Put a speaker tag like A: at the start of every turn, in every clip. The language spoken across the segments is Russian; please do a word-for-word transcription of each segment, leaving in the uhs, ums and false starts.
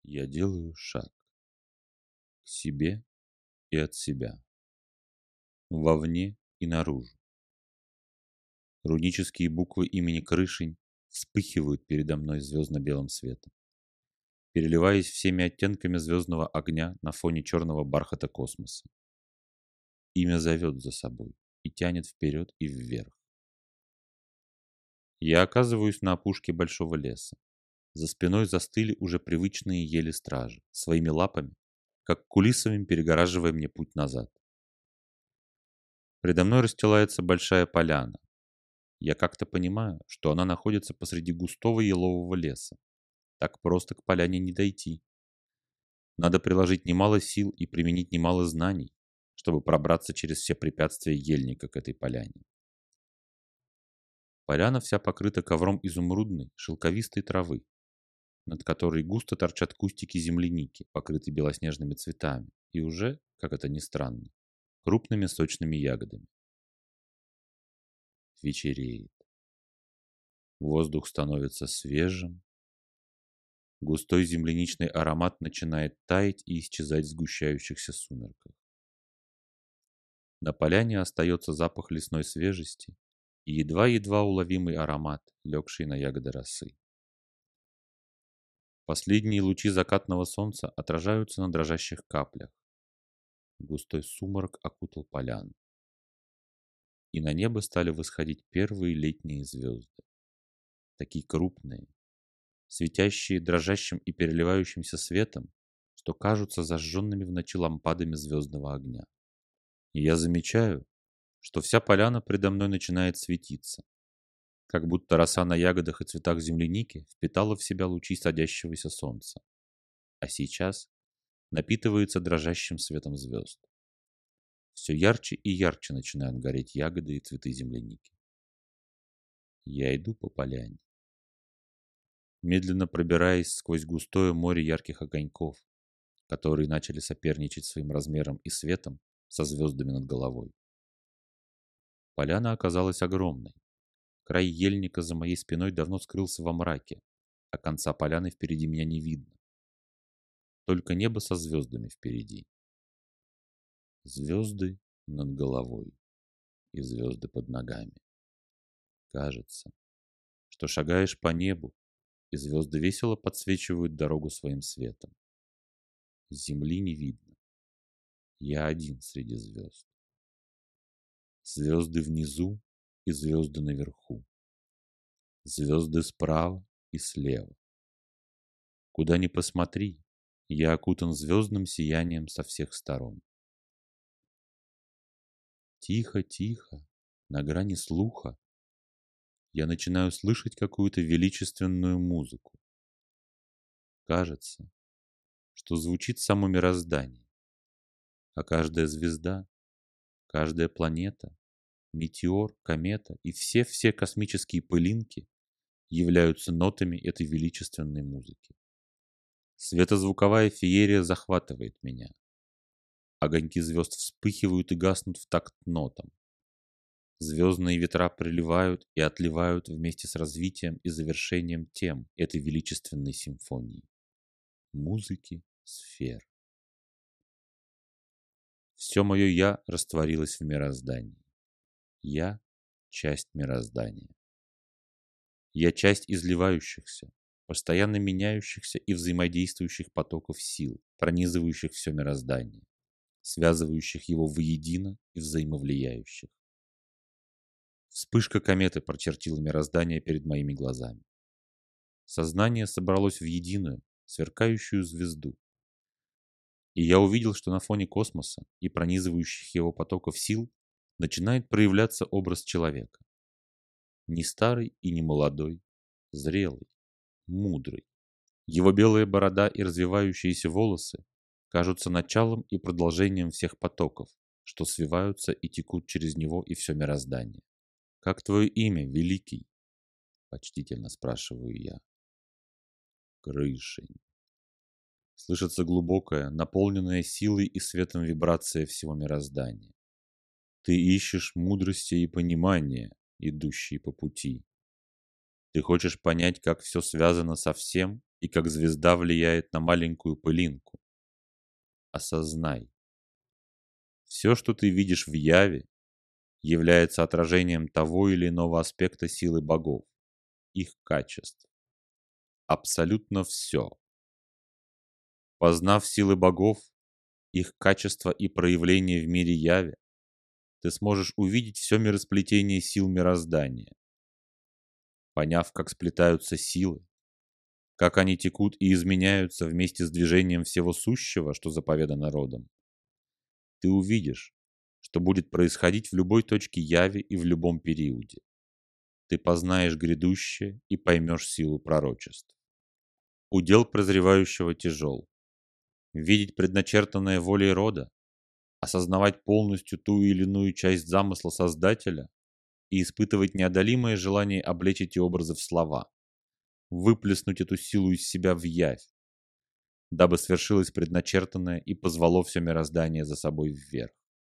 A: Я делаю шаг к себе и от себя, вовне и наружу. Рунические буквы имени Крышень вспыхивают передо мной звездно-белым светом, переливаясь всеми оттенками звездного огня на фоне черного бархата космоса. Имя зовет за собой и тянет вперед и вверх. Я оказываюсь на опушке большого леса. За спиной застыли уже привычные ели стражи, своими лапами, как кулисами перегораживая мне путь назад. Предо мной расстилается большая поляна. Я как-то понимаю, что она находится посреди густого елового леса. Так просто к поляне не дойти. Надо приложить немало сил и применить немало знаний, чтобы пробраться через все препятствия ельника к этой поляне. Поляна вся покрыта ковром изумрудной, шелковистой травы, над которой густо торчат кустики земляники, покрытые белоснежными цветами, и уже, как это ни странно, крупными сочными ягодами. Вечереет. Воздух становится свежим. Густой земляничный аромат начинает таять и исчезать в сгущающихся сумерках. На поляне остается запах лесной свежести и едва-едва уловимый аромат, легший на ягоды росы. Последние лучи закатного солнца отражаются на дрожащих каплях. Густой сумрак окутал поляну. И на небо стали восходить первые летние звезды. Такие крупные, светящие дрожащим и переливающимся светом, что кажутся зажженными в ночи лампадами звездного огня. И я замечаю, что вся поляна предо мной начинает светиться, как будто роса на ягодах и цветах земляники впитала в себя лучи садящегося солнца, а сейчас напитывается дрожащим светом звезд. Все ярче и ярче начинают гореть ягоды и цветы земляники. Я иду по поляне, медленно пробираясь сквозь густое море ярких огоньков, которые начали соперничать своим размером и светом со звездами над головой. Поляна оказалась огромной. Край ельника за моей спиной давно скрылся во мраке, а конца поляны впереди меня не видно. Только небо со звездами впереди. Звезды над головой и звезды под ногами. Кажется, что шагаешь по небу, и звезды весело подсвечивают дорогу своим светом. Земли не видно. Я один среди звезд. Звезды внизу и звезды наверху. Звезды справа и слева. Куда ни посмотри, я окутан звездным сиянием со всех сторон. Тихо, тихо, на грани слуха, я начинаю слышать какую-то величественную музыку. Кажется, что звучит само мироздание, а каждая звезда, каждая планета, метеор, комета и все-все космические пылинки являются нотами этой величественной музыки. Светозвуковая феерия захватывает меня. Огоньки звезд вспыхивают и гаснут в такт нотам. Звездные ветра приливают и отливают вместе с развитием и завершением тем этой величественной симфонии. Музыки сфер. Все мое «я» растворилось в мироздании. Я — часть мироздания. Я часть изливающихся, постоянно меняющихся и взаимодействующих потоков сил, пронизывающих все мироздание, связывающих его воедино и взаимовлияющих. Вспышка кометы прочертила мироздание перед моими глазами. Сознание собралось в единую, сверкающую звезду. И я увидел, что на фоне космоса и пронизывающих его потоков сил начинает проявляться образ человека. Не старый и не молодой, зрелый, мудрый. Его белая борода и развивающиеся волосы кажутся началом и продолжением всех потоков, что свиваются и текут через него и все мироздание. «Как твое имя, Великий?» — почтительно спрашиваю я. Крышень. Слышится глубокая, наполненная силой и светом вибрация всего мироздания. Ты ищешь мудрости и понимания, идущие по пути. Ты хочешь понять, как все связано со всем и как звезда влияет на маленькую пылинку. Осознай. Все, что ты видишь в яве, является отражением того или иного аспекта силы богов, их качеств. Абсолютно все. Познав силы богов, их качества и проявления в мире яви, ты сможешь увидеть все миросплетение сил мироздания. Поняв, как сплетаются силы, как они текут и изменяются вместе с движением всего сущего, что заповедано родом, ты увидишь, что будет происходить в любой точке яви и в любом периоде. Ты познаешь грядущее и поймешь силу пророчеств. Удел прозревающего тяжел. Видеть предначертанное волей рода, осознавать полностью ту или иную часть замысла Создателя и испытывать неодолимое желание облечь эти образы в слова, выплеснуть эту силу из себя в явь, дабы свершилось предначертанное и позвало все мироздание за собой вверх.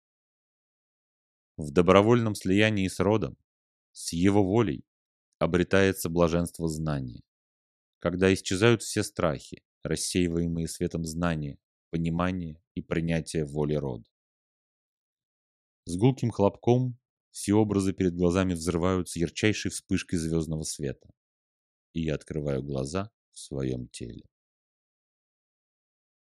A: В добровольном слиянии с родом, с его волей, обретается блаженство знания, когда исчезают все страхи, рассеиваемые светом знания, понимания и принятия воли рода. С гулким хлопком все образы перед глазами взрываются ярчайшей вспышкой звездного света, и я открываю глаза в своем теле.